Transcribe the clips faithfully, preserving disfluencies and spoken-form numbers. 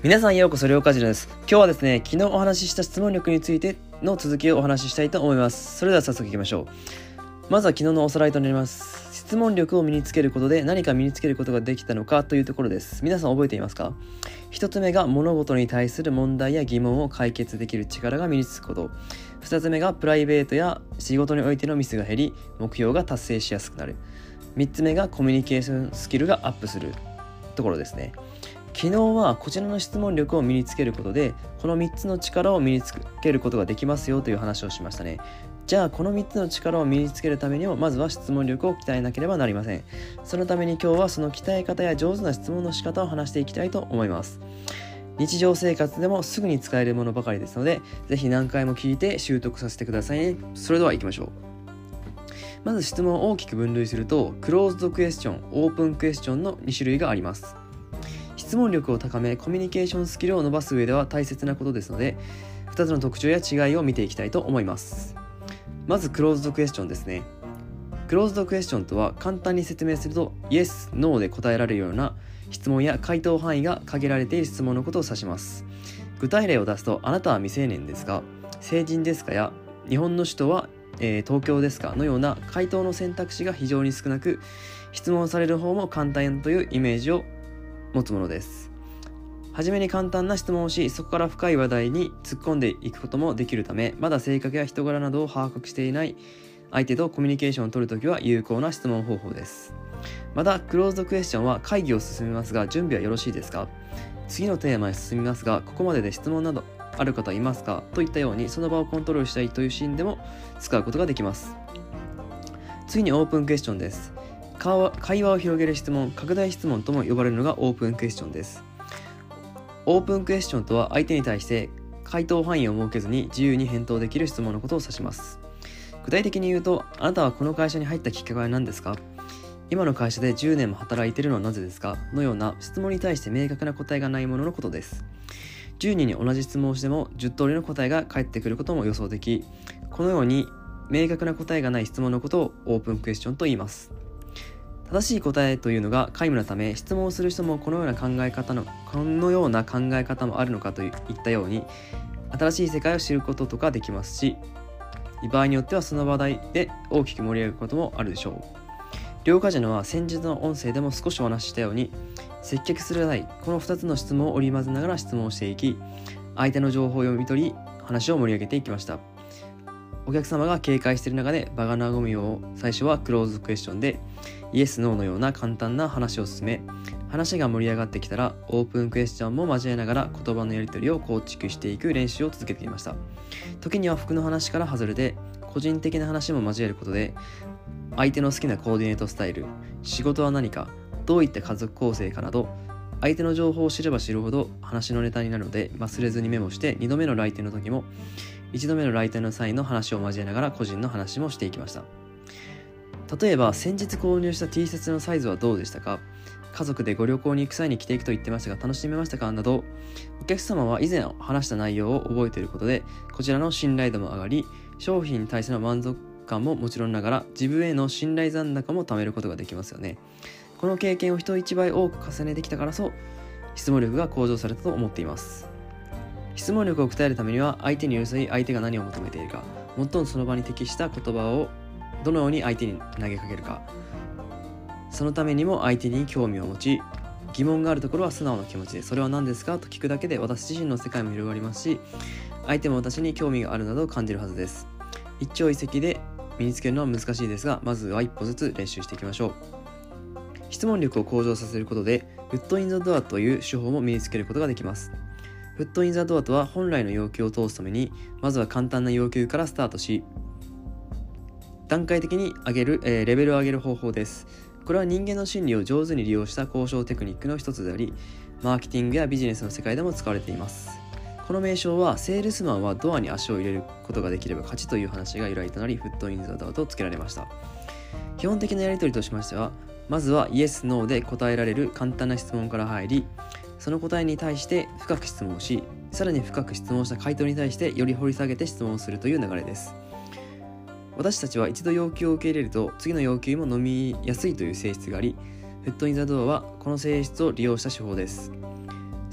皆さんようこそ、りょうかじろです。今日はですね、昨日お話しした質問力についての続きをお話ししたいと思います。それでは早速いきましょう。まずは昨日のおさらいとなります。質問力を身につけることで何か身につけることができたのかというところです。皆さん覚えていますか？一つ目が物事に対する問題や疑問を解決できる力が身につくこと。二つ目がプライベートや仕事においてのミスが減り、目標が達成しやすくなる。三つ目がコミュニケーションスキルがアップするところですね。昨日はこちらの質問力を身につけることで、このみっつの力を身につけることができますよという話をしましたね。じゃあこのみっつの力を身につけるためにも、まずは質問力を鍛えなければなりません。そのために今日はその鍛え方や上手な質問の仕方を話していきたいと思います。日常生活でもすぐに使えるものばかりですので、ぜひ何回も聞いて習得させてくださいね。それでは行きましょう。まず質問を大きく分類すると、クローズドクエスチョン、オープンクエスチョンのに種類があります。質問力を高め、コミュニケーションスキルを伸ばす上では大切なことですので、ふたつの特徴や違いを見ていきたいと思います。まずクローズドクエスチョンですね。クローズドクエスチョンとは、簡単に説明すると Yes、ノー で答えられるような質問や回答範囲が限られている質問のことを指します。具体例を出すと、あなたは未成年ですか、成人ですかや日本の首都は、えー、東京ですかのような回答の選択肢が非常に少なく、質問される方も簡単というイメージを持つものです。はじめに簡単な質問をし、そこから深い話題に突っ込んでいくこともできるため、まだ性格や人柄などを把握していない相手とコミュニケーションを取るときは有効な質問方法です。またクローズドクエスチョンは、会議を進めますが準備はよろしいですか、次のテーマへ進みますがここまでで質問などある方いますかといったように、その場をコントロールしたいというシーンでも使うことができます。次にオープンクエスチョンです。会話を広げる質問、拡大質問とも呼ばれるのがオープンクエスチョンです。オープンクエスチョンとは、相手に対して回答範囲を設けずに自由に返答できる質問のことを指します。具体的に言うと、あなたはこの会社に入ったきっかけは何ですか、今の会社でじゅうねんも働いているのはなぜですかのような質問に対して明確な答えがないもののことです。じゅうにんに同じ質問をしてもじゅう通りの答えが返ってくることも予想でき、このように明確な答えがない質問のことをオープンクエスチョンと言います。正しい答えというのが皆無なため、質問をする人もこのような考え方のこのような考え方もあるのかといったように、新しい世界を知ることとかできますし、場合によってはその話題で大きく盛り上がることもあるでしょう。両カジノは先日の音声でも少しお話ししたように、接客する際、このふたつの質問を織り交ぜながら質問をしていき、相手の情報を読み取り、話を盛り上げていきました。お客様が警戒している中で場が和むよう、最初はクローズドクエスチョンでイエス・ノーのような簡単な話を進め、話が盛り上がってきたらオープンクエスチョンも交えながら言葉のやり取りを構築していく練習を続けていました。時には服の話から外れて個人的な話も交えることで、相手の好きなコーディネートスタイル、仕事は何か、どういった家族構成かなど、相手の情報を知れば知るほど話のネタになるので、忘れずにメモして、にどめの来店の時もいちどめの来店の際の話を交えながら個人の話もしていきました。例えば、先日購入した T シャツのサイズはどうでしたか、家族でご旅行に行く際に着ていくと言ってましたが楽しめましたかなど、お客様は以前話した内容を覚えていることで、こちらの信頼度も上がり、商品に対しての満足感ももちろんながら、自分への信頼残高も貯めることができますよね。この経験を人一倍多く重ねてきたからこそ、質問力が向上されたと思っています。質問力を鍛えるためには、相手に寄り添い、相手が何を求めているか、最もその場に適した言葉をどのように相手に投げかけるか、そのためにも相手に興味を持ち、疑問があるところは素直な気持ちで、それは何ですかと聞くだけで私自身の世界も広がりますし、相手も私に興味があるなどを感じるはずです。一朝一夕で身につけるのは難しいですが、まずは一歩ずつ練習していきましょう。質問力を向上させることで、フットインザドアという手法も身につけることができます。フットインザドアとは、本来の要求を通すために、まずは簡単な要求からスタートし、段階的に上げる、えー、レベルを上げる方法です。これは人間の心理を上手に利用した交渉テクニックの一つであり、マーケティングやビジネスの世界でも使われています。この名称は、セールスマンはドアに足を入れることができれば勝ちという話が由来となり、フットインザドアと付けられました。基本的なやり取りとしましては、まずはイエス・ノーで答えられる簡単な質問から入り、その答えに対して深く質問し、さらに深く質問した回答に対してより掘り下げて質問するという流れです。私たちは一度要求を受け入れると、次の要求も飲みやすいという性質があり、フットインザドアはこの性質を利用した手法です。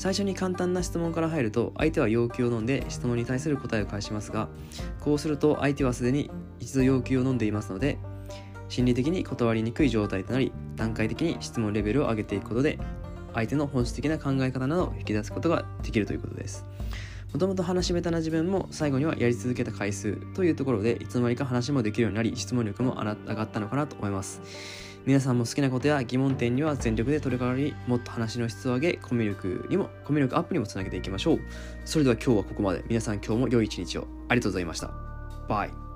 最初に簡単な質問から入ると相手は要求を飲んで質問に対する答えを返しますが、こうすると相手はすでに一度要求を飲んでいますので心理的に断りにくい状態となり、段階的に質問レベルを上げていくことで相手の本質的な考え方などを引き出すことができるということです。もともと話し下手な自分も最後にはやり続けた回数というところでいつの間にか話もできるようになり、質問力も上がったのかなと思います。皆さんも好きなことや疑問点には全力で取り掛かり、もっと話の質を上げ、コミュ力にもコミュ力アップにもつなげていきましょう。それでは今日はここまで。皆さん今日も良い一日を。ありがとうございました。バイ。